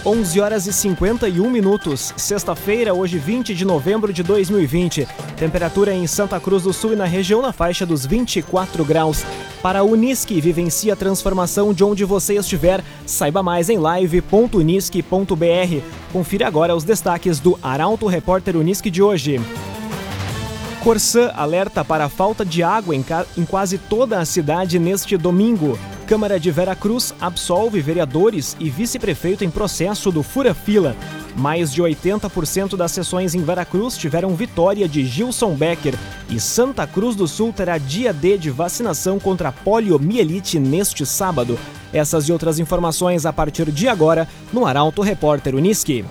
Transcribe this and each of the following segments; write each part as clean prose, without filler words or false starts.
11 horas e 51 minutos, sexta-feira, hoje 20 de novembro de 2020. Temperatura em Santa Cruz do Sul e na região na faixa dos 24 graus. Para a Unisque, vivencie a transformação de onde você estiver. Saiba mais em live.unisque.br. Confira agora os destaques do Arauto Repórter Unisque de hoje. Corsã alerta para a falta de água em quase toda a cidade neste domingo. Câmara de Veracruz absolve vereadores e vice-prefeito em processo do fura-fila. Mais de 80% das sessões em Veracruz tiveram vitória de Gilson Becker. E Santa Cruz do Sul terá dia D de vacinação contra a poliomielite neste sábado. Essas e outras informações a partir de agora no Arauto Repórter Unisque.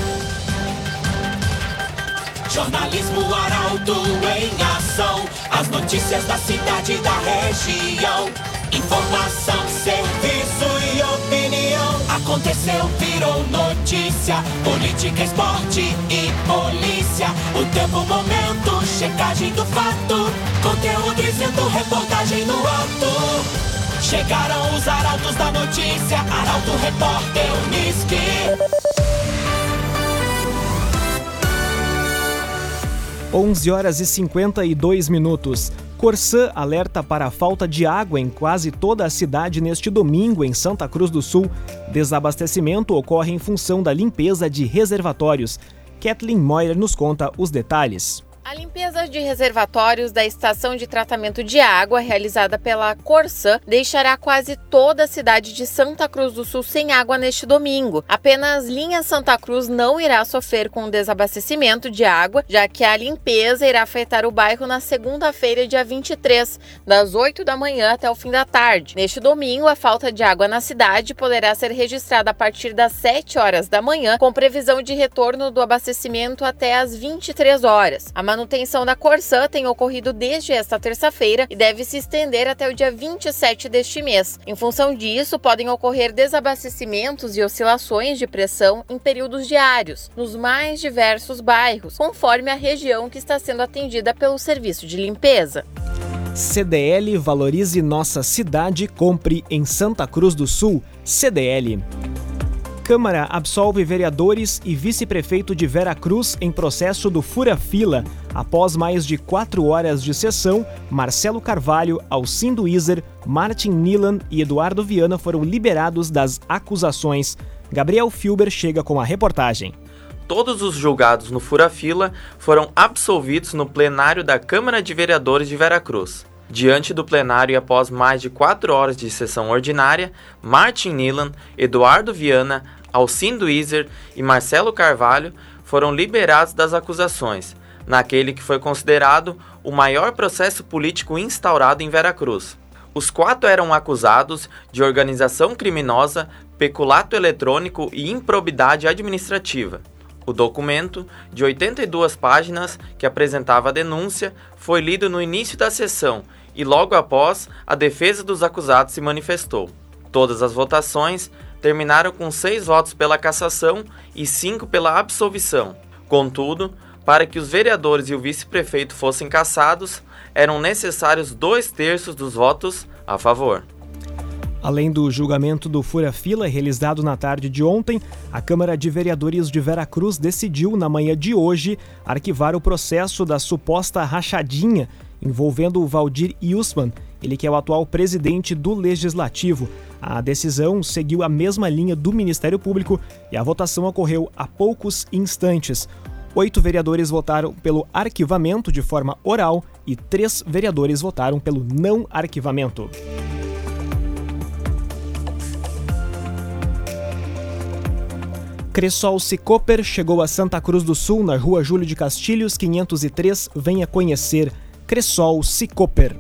Jornalismo Arauto em ação. As notícias da cidade e da região. Informação, serviço e opinião. Aconteceu, virou notícia. Política, esporte e polícia. O tempo, momento, checagem do fato. Conteúdo dizendo, reportagem no ato. Chegaram os arautos da notícia. Arauto Repórter Unisque. 11 horas e 52 minutos. Corsã alerta para a falta de água em quase toda a cidade neste domingo em Santa Cruz do Sul. Desabastecimento ocorre em função da limpeza de reservatórios. Kathleen Moyer nos conta os detalhes. A limpeza de reservatórios da estação de tratamento de água realizada pela Corsã deixará quase toda a cidade de Santa Cruz do Sul sem água neste domingo. Apenas linha Santa Cruz não irá sofrer com o desabastecimento de água, já que a limpeza irá afetar o bairro na segunda-feira, dia 23, das 8 da manhã até o fim da tarde. Neste domingo, a falta de água na cidade poderá ser registrada a partir das 7 horas da manhã, com previsão de retorno do abastecimento até às 23 horas. A manutenção da Corsã tem ocorrido desde esta terça-feira e deve se estender até o dia 27 deste mês. Em função disso, podem ocorrer desabastecimentos e oscilações de pressão em períodos diários, nos mais diversos bairros, conforme a região que está sendo atendida pelo serviço de limpeza. CDL valorize nossa cidade, compre em Santa Cruz do Sul. CDL. Câmara absolve vereadores e vice-prefeito de Veracruz em processo do fura-fila. Após mais de 4 horas de sessão, Marcelo Carvalho, Alcindo Iser, Martin Nilan e Eduardo Viana foram liberados das acusações. Gabriel Filber chega com a reportagem. Todos os julgados no fura-fila foram absolvidos no plenário da Câmara de Vereadores de Veracruz. Diante do plenário e após mais de 4 horas de sessão ordinária, Martin Nilan, Eduardo Viana, Alcindo Iser e Marcelo Carvalho foram liberados das acusações, naquele que foi considerado o maior processo político instaurado em Veracruz. Os 4 eram acusados de organização criminosa, peculato eletrônico e improbidade administrativa. O documento, de 82 páginas, que apresentava a denúncia, foi lido no início da sessão e logo após, a defesa dos acusados se manifestou. Todas as votações terminaram com 6 votos pela cassação e 5 pela absolvição. Contudo, para que os vereadores e o vice-prefeito fossem cassados, eram necessários 2/3 dos votos a favor. Além do julgamento do fura-fila realizado na tarde de ontem, a Câmara de Vereadores de Veracruz decidiu, na manhã de hoje, arquivar o processo da suposta rachadinha envolvendo o Valdir Yusman, ele que é o atual presidente do Legislativo. A decisão seguiu a mesma linha do Ministério Público e a votação ocorreu há poucos instantes. 8 vereadores votaram pelo arquivamento de forma oral e 3 vereadores votaram pelo não arquivamento. Cressol Cicoper chegou a Santa Cruz do Sul, na rua Júlio de Castilhos, 503. Venha conhecer. Cressol Cicoper.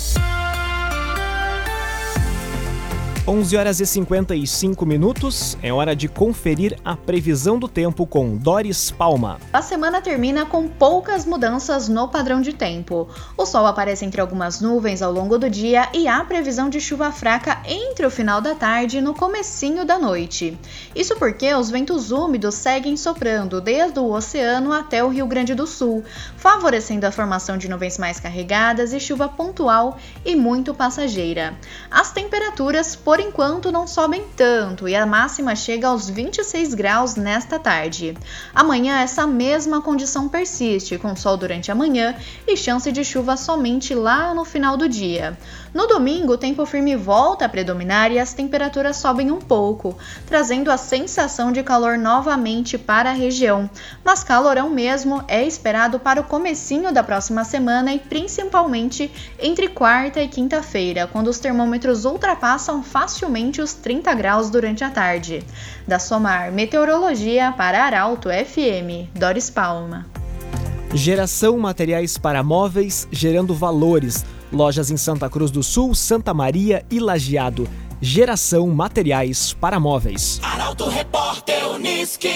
11 horas e 55 minutos, é hora de conferir a previsão do tempo com Doris Palma. A semana termina com poucas mudanças no padrão de tempo. O sol aparece entre algumas nuvens ao longo do dia e há previsão de chuva fraca entre o final da tarde e no comecinho da noite. Isso porque os ventos úmidos seguem soprando desde o oceano até o Rio Grande do Sul, favorecendo a formação de nuvens mais carregadas e chuva pontual e muito passageira. As temperaturas, por por enquanto não sobem tanto e a máxima chega aos 26 graus nesta tarde. Amanhã essa mesma condição persiste, com sol durante a manhã e chance de chuva somente lá no final do dia. No domingo, o tempo firme volta a predominar e as temperaturas sobem um pouco, trazendo a sensação de calor novamente para a região. Mas calorão mesmo é esperado para o comecinho da próxima semana e principalmente entre quarta e quinta-feira, quando os termômetros ultrapassam facilmente os 30 graus durante a tarde. Da Somar Meteorologia para Arauto FM, Doris Palma. Geração Materiais para Móveis, gerando valores. Lojas em Santa Cruz do Sul, Santa Maria e Lajeado. Geração Materiais para Móveis. Arauto Repórter Unisque.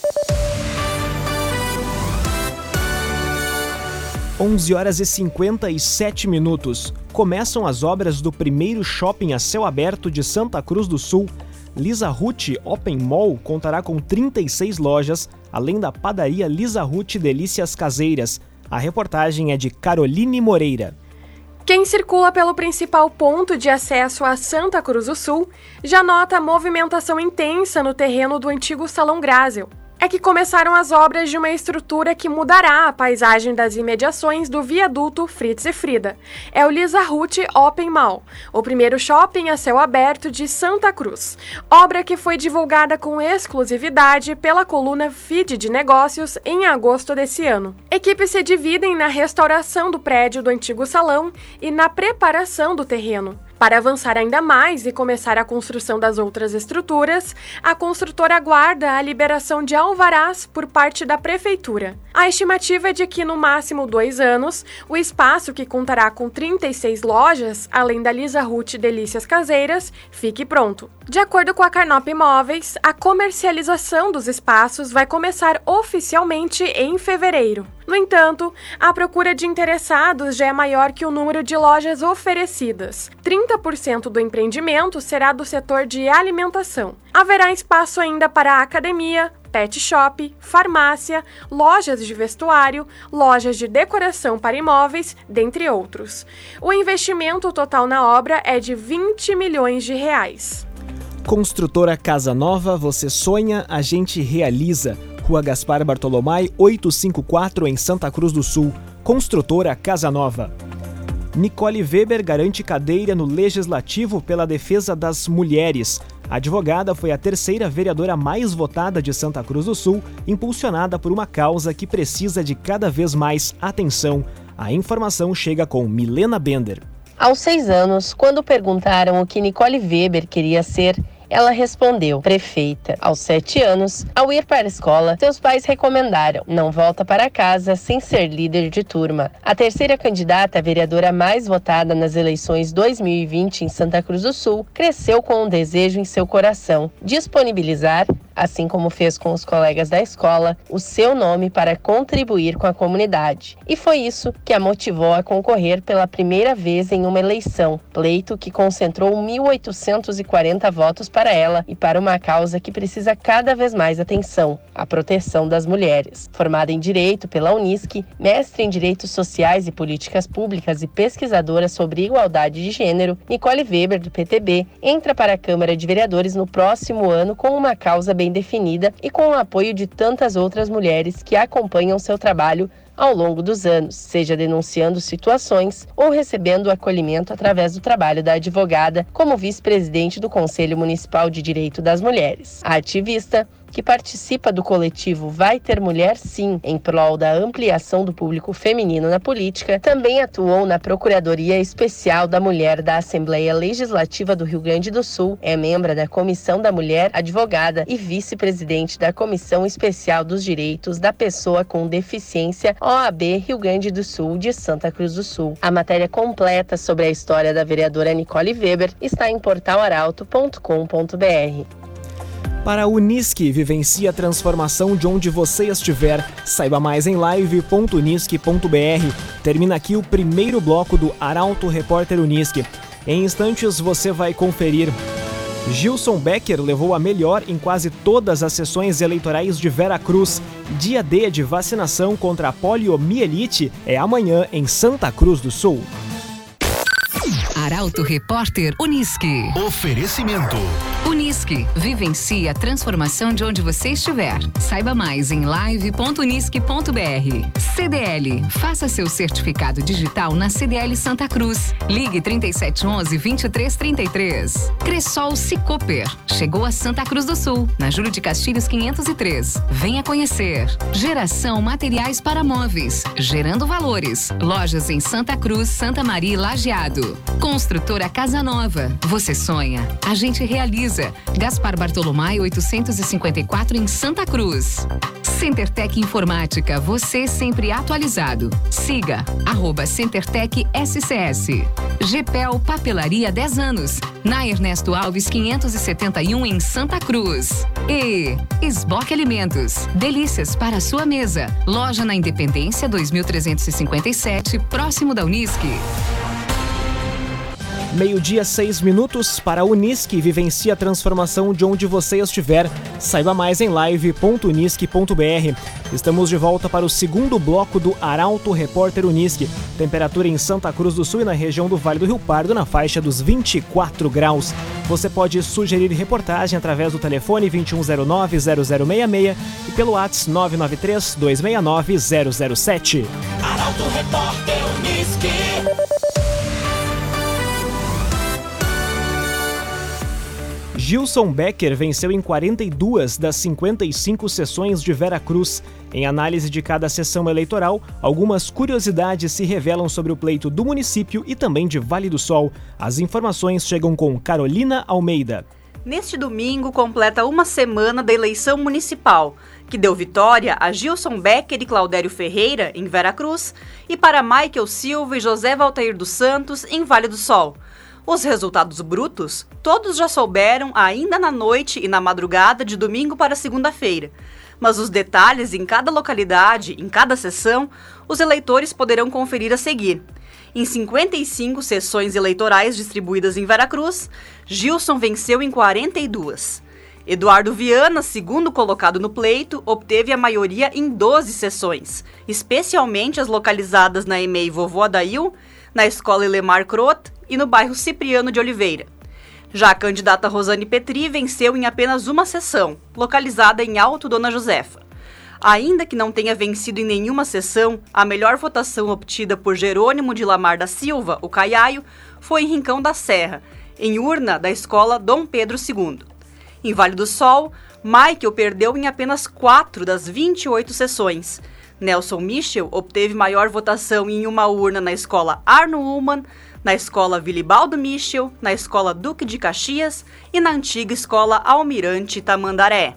11h57. Começam as obras do primeiro shopping a céu aberto de Santa Cruz do Sul. Lisa Ruth Open Mall contará com 36 lojas, além da padaria Lisa Ruth Delícias Caseiras. A reportagem é de Caroline Moreira. Quem circula pelo principal ponto de acesso a Santa Cruz do Sul já nota a movimentação intensa no terreno do antigo Salão Grásel. É que começaram as obras de uma estrutura que mudará a paisagem das imediações do viaduto Fritz e Frida. É o Lisa Ruth Open Mall, o primeiro shopping a céu aberto de Santa Cruz. Obra que foi divulgada com exclusividade pela coluna Feed de Negócios em agosto desse ano. Equipes se dividem na restauração do prédio do antigo salão e na preparação do terreno. Para avançar ainda mais e começar a construção das outras estruturas, a construtora aguarda a liberação de alvarás por parte da Prefeitura. A estimativa é de que, no máximo 2 anos, o espaço, que contará com 36 lojas, além da Lisa Ruth Delícias Caseiras, fique pronto. De acordo com a Carnop Imóveis, a comercialização dos espaços vai começar oficialmente em fevereiro. No entanto, a procura de interessados já é maior que o número de lojas oferecidas. 30% do empreendimento será do setor de alimentação. Haverá espaço ainda para academia, pet shop, farmácia, lojas de vestuário, lojas de decoração para imóveis, dentre outros. O investimento total na obra é de R$20 milhões. Construtora Casa Nova, você sonha, a gente realiza. Rua Gaspar Bartolomai, 854, em Santa Cruz do Sul. Construtora Casa Nova. Nicole Weber garante cadeira no Legislativo pela defesa das mulheres. A advogada foi a 3ª vereadora mais votada de Santa Cruz do Sul, impulsionada por uma causa que precisa de cada vez mais atenção. A informação chega com Milena Bender. Aos 6 anos, quando perguntaram o que Nicole Weber queria ser, ela respondeu, prefeita. Aos 7 anos, ao ir para a escola, seus pais recomendaram, não volta para casa sem ser líder de turma. A 3ª candidata a vereadora mais votada nas eleições 2020 em Santa Cruz do Sul, cresceu com um desejo em seu coração, disponibilizar, assim como fez com os colegas da escola, o seu nome para contribuir com a comunidade. E foi isso que a motivou a concorrer pela primeira vez em uma eleição, pleito que concentrou 1.840 votos para ela e para uma causa que precisa cada vez mais atenção, a proteção das mulheres. Formada em Direito pela Unisque, mestre em Direitos Sociais e Políticas Públicas e pesquisadora sobre igualdade de gênero, Nicole Weber, do PTB, entra para a Câmara de Vereadores no próximo ano com uma causa bem definida e com o apoio de tantas outras mulheres que acompanham seu trabalho ao longo dos anos, seja denunciando situações ou recebendo acolhimento através do trabalho da advogada como vice-presidente do Conselho Municipal de Direito das Mulheres. A ativista, que participa do coletivo Vai Ter Mulher Sim, em prol da ampliação do público feminino na política, também atuou na Procuradoria Especial da Mulher da Assembleia Legislativa do Rio Grande do Sul, é membro da Comissão da Mulher, advogada e vice-presidente da Comissão Especial dos Direitos da Pessoa com Deficiência, OAB Rio Grande do Sul de Santa Cruz do Sul. A matéria completa sobre a história da vereadora Nicole Weber está em portalaralto.com.br. Para a Unisque, vivencie a transformação de onde você estiver. Saiba mais em live.unisque.br. Termina aqui o primeiro bloco do Arauto Repórter Unisque. Em instantes você vai conferir. Gilson Becker levou a melhor em quase todas as sessões eleitorais de Vera Cruz. Dia D de vacinação contra a poliomielite é amanhã em Santa Cruz do Sul. Arauto Repórter Unisque. Oferecimento. Unisque, vivencie a transformação de onde você estiver. Saiba mais em live.unisque.br. CDL, faça seu certificado digital na CDL Santa Cruz. Ligue 3711-2333. Cressol Cicoper, chegou a Santa Cruz do Sul, na Júlio de Castilhos 503. Venha conhecer. Geração Materiais para Móveis, gerando valores. Lojas em Santa Cruz, Santa Maria e Lajeado. Construtora Casa Nova, você sonha, a gente realiza. Gaspar Bartolomé 854 em Santa Cruz. CenterTech Informática, você sempre atualizado. Siga @CenterTech SCS. GPEL Papelaria 10 anos, na Ernesto Alves 571 em Santa Cruz. E Esboque Alimentos, delícias para a sua mesa. Loja na Independência 2357, próximo da Unisque. 12:06 para a Unisque, vivencie a transformação de onde você estiver. Saiba mais em live.unisque.br. Estamos de volta para o segundo bloco do Arauto Repórter Unisque. Temperatura em Santa Cruz do Sul e na região do Vale do Rio Pardo na faixa dos 24 graus. Você pode sugerir reportagem através do telefone 2109-0066 e pelo WhatsApp 993-269-007. Arauto Repórter Unisque. Gilson Becker venceu em 42 das 55 sessões de Veracruz. Em análise de cada sessão eleitoral, algumas curiosidades se revelam sobre o pleito do município e também de Vale do Sol. As informações chegam com Carolina Almeida. Neste domingo, completa uma semana da eleição municipal, que deu vitória a Gilson Becker e Claudério Ferreira, em Veracruz, e para Michael Silva e José Valtair dos Santos, em Vale do Sol. Os resultados brutos, todos já souberam ainda na noite e na madrugada de domingo para segunda-feira. Mas os detalhes em cada localidade, em cada sessão, os eleitores poderão conferir a seguir. Em 55 sessões eleitorais distribuídas em Veracruz, Gilson venceu em 42. Eduardo Viana, segundo colocado no pleito, obteve a maioria em 12 sessões, especialmente as localizadas na EMEI Vovô Adail, na Escola Ilemar Crot e no bairro Cipriano de Oliveira. Já a candidata Rosane Petri venceu em apenas uma sessão, localizada em Alto Dona Josefa. Ainda que não tenha vencido em nenhuma sessão, a melhor votação obtida por Jerônimo de Lamar da Silva, o Caiaio, foi em Rincão da Serra, em urna da Escola Dom Pedro II. Em Vale do Sol, Michael perdeu em apenas 4 das 28 sessões. Nelson Michel obteve maior votação em uma urna na Escola Arno Ullmann, na Escola Vilibaldo Michel, na Escola Duque de Caxias e na antiga Escola Almirante Tamandaré.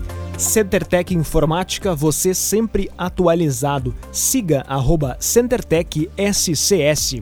CenterTech Informática, você sempre atualizado. Siga @CenterTech SCS.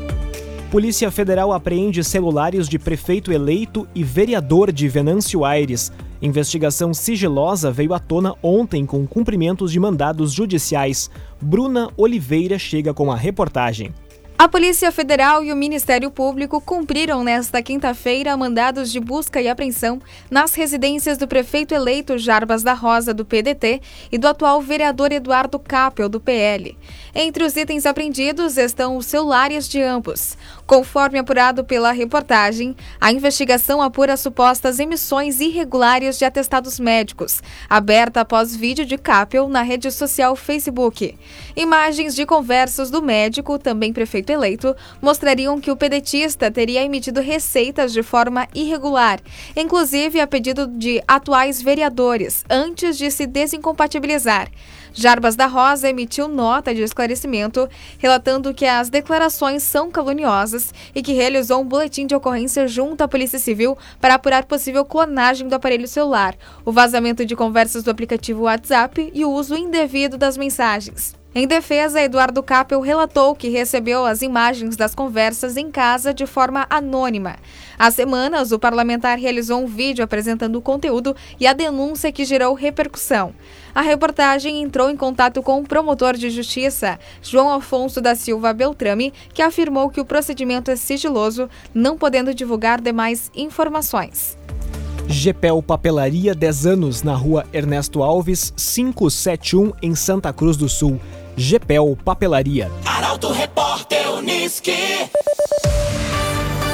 Polícia Federal apreende celulares de prefeito eleito e vereador de Venâncio Aires. Investigação sigilosa veio à tona ontem com cumprimentos de mandados judiciais. Bruna Oliveira chega com a reportagem. A Polícia Federal e o Ministério Público cumpriram nesta quinta-feira mandados de busca e apreensão nas residências do prefeito eleito Jarbas da Rosa, do PDT, e do atual vereador Eduardo Capel, do PL. Entre os itens apreendidos estão os celulares de ambos. Conforme apurado pela reportagem, a investigação apura supostas emissões irregulares de atestados médicos, aberta após vídeo de Capel na rede social Facebook. Imagens de conversas do médico, também prefeito eleito, mostrariam que o pedetista teria emitido receitas de forma irregular, inclusive a pedido de atuais vereadores, antes de se desincompatibilizar. Jarbas da Rosa emitiu nota de esclarecimento, relatando que as declarações são caluniosas e que realizou um boletim de ocorrência junto à Polícia Civil para apurar possível clonagem do aparelho celular, o vazamento de conversas do aplicativo WhatsApp e o uso indevido das mensagens. Em defesa, Eduardo Capel relatou que recebeu as imagens das conversas em casa de forma anônima. Há semanas, o parlamentar realizou um vídeo apresentando o conteúdo e a denúncia que gerou repercussão. A reportagem entrou em contato com o promotor de justiça, João Afonso da Silva Beltrame, que afirmou que o procedimento é sigiloso, não podendo divulgar demais informações. GPEL Papelaria 10 anos, na rua Ernesto Alves, 571, em Santa Cruz do Sul. GPEL Papelaria. Arauto Repórter Unisque.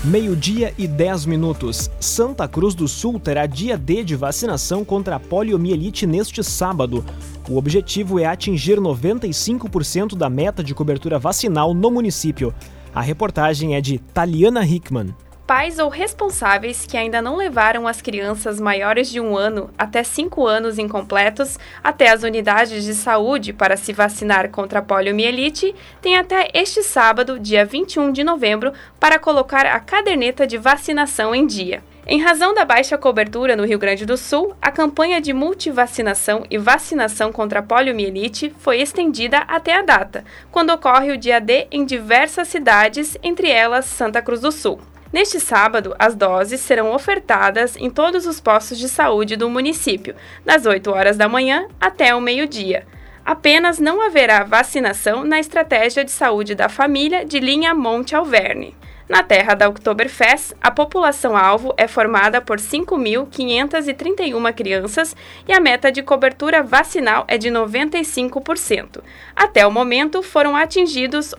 Meio-dia e 10 minutos. Santa Cruz do Sul terá dia D de vacinação contra a poliomielite neste sábado. O objetivo é atingir 95% da meta de cobertura vacinal no município. A reportagem é de Taliana Hickman. Pais ou responsáveis que ainda não levaram as crianças maiores de 1 ano até 5 anos incompletos até as unidades de saúde para se vacinar contra a poliomielite têm até este sábado, dia 21 de novembro, para colocar a caderneta de vacinação em dia. Em razão da baixa cobertura no Rio Grande do Sul, a campanha de multivacinação e vacinação contra a poliomielite foi estendida até a data, quando ocorre o dia D em diversas cidades, entre elas Santa Cruz do Sul. Neste sábado, as doses serão ofertadas em todos os postos de saúde do município, das 8 horas da manhã até o meio-dia. Apenas não haverá vacinação na estratégia de saúde da família de linha Monte Alverne. Na terra da Oktoberfest, a população-alvo é formada por 5.531 crianças e a meta de cobertura vacinal é de 95%. Até o momento, foram atingidos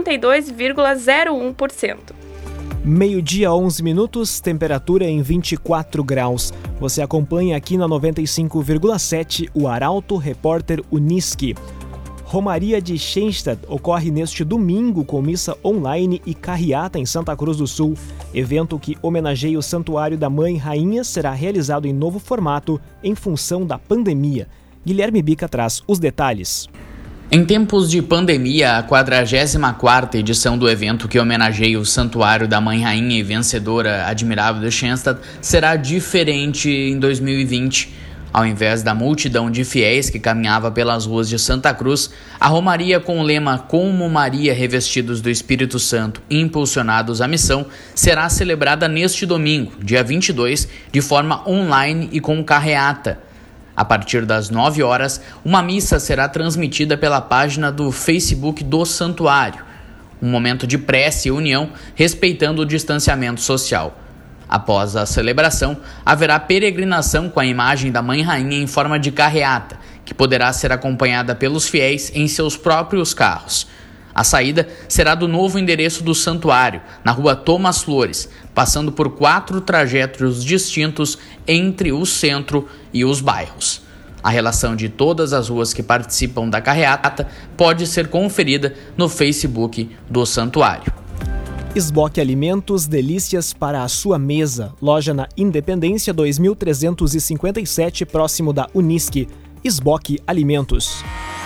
82,01%. Meio-dia, 11 minutos, temperatura em 24 graus. Você acompanha aqui na 95,7 o Arauto Repórter Unisque. Romaria de Schenstadt ocorre neste domingo com missa online e carreata em Santa Cruz do Sul. Evento que homenageia o Santuário da Mãe Rainha será realizado em novo formato em função da pandemia. Guilherme Bica traz os detalhes. Em tempos de pandemia, a 44ª edição do evento que homenageia o Santuário da Mãe Rainha e vencedora admirável de Schenstadt será diferente em 2020. Ao invés da multidão de fiéis que caminhava pelas ruas de Santa Cruz, a romaria com o lema Como Maria revestidos do Espírito Santo e impulsionados à missão será celebrada neste domingo, dia 22, de forma online e com carreata. A partir das 9 horas, uma missa será transmitida pela página do Facebook do Santuário. Um momento de prece e união, respeitando o distanciamento social. Após a celebração, haverá peregrinação com a imagem da Mãe Rainha em forma de carreata, que poderá ser acompanhada pelos fiéis em seus próprios carros. A saída será do novo endereço do santuário, na rua Thomas Flores, passando por 4 trajetos distintos entre o centro e os bairros. A relação de todas as ruas que participam da carreata pode ser conferida no Facebook do santuário. Esboque Alimentos, delícias para a sua mesa. Loja na Independência 2357, próximo da Unisque. Esboque Alimentos.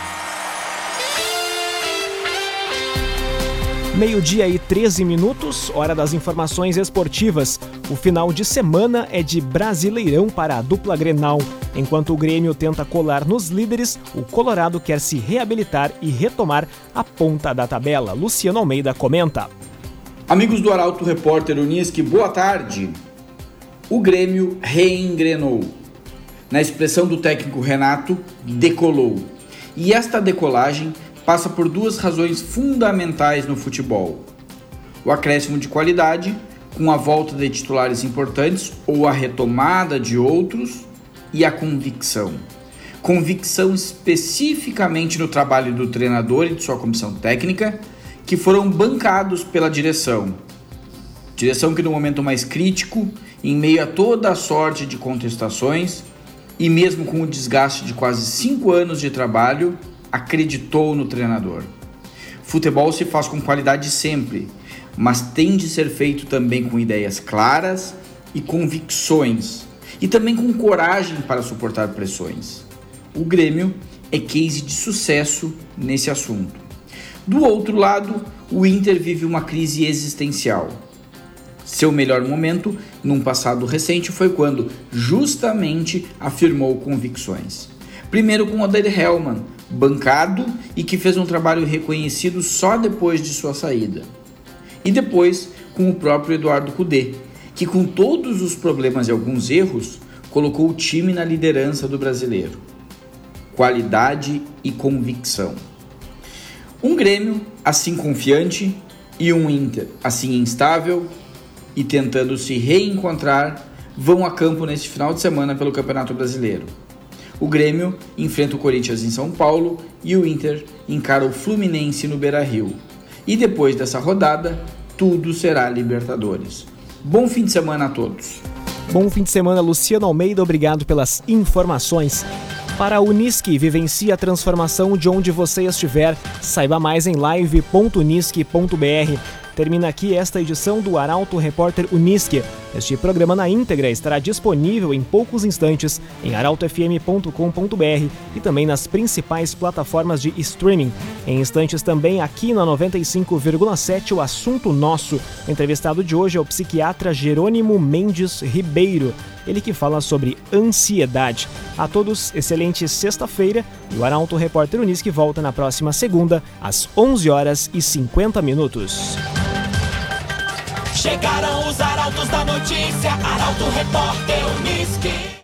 Meio-dia e 13 minutos, hora das informações esportivas. O final de semana é de Brasileirão para a dupla Grenal. Enquanto o Grêmio tenta colar nos líderes, o Colorado quer se reabilitar e retomar a ponta da tabela. Luciano Almeida comenta. Amigos do Arauto Repórter Unisque, boa tarde. O Grêmio reengrenou. Na expressão do técnico Renato, decolou. E esta decolagem passa por 2 razões fundamentais no futebol. O acréscimo de qualidade, com a volta de titulares importantes ou a retomada de outros, e a convicção. Convicção especificamente no trabalho do treinador e de sua comissão técnica, que foram bancados pela direção. Direção que no momento mais crítico, em meio a toda a sorte de contestações, e mesmo com o desgaste de quase 5 anos de trabalho, acreditou no treinador. Futebol se faz com qualidade sempre, mas tem de ser feito também com ideias claras e convicções, e também com coragem para suportar pressões. O Grêmio é case de sucesso nesse assunto. Do outro lado, o Inter vive uma crise existencial. Seu melhor momento, num passado recente, foi quando justamente afirmou convicções. Primeiro com Oder Hellmann, bancado e que fez um trabalho reconhecido só depois de sua saída. E depois com o próprio Eduardo Cudê, que com todos os problemas e alguns erros, colocou o time na liderança do brasileiro. Qualidade e convicção. Um Grêmio assim confiante e um Inter assim instável e tentando se reencontrar vão a campo neste final de semana pelo Campeonato Brasileiro. O Grêmio enfrenta o Corinthians em São Paulo e o Inter encara o Fluminense no Beira-Rio. E depois dessa rodada, tudo será Libertadores. Bom fim de semana a todos. Bom fim de semana, Luciano Almeida, obrigado pelas informações. Para a Unisque, vivencie a transformação de onde você estiver. Saiba mais em live.unisque.br. Termina aqui esta edição do Arauto Repórter Unisque. Este programa na íntegra estará disponível em poucos instantes em arautofm.com.br e também nas principais plataformas de streaming. Em instantes também aqui na 95,7 o assunto nosso. O entrevistado de hoje é o psiquiatra Jerônimo Mendes Ribeiro. Ele que fala sobre ansiedade. A todos, excelente sexta-feira e o Arauto Repórter Unisque volta na próxima segunda, às 11h50. Chegaram os arautos da notícia, Arauto Repórter Unisque.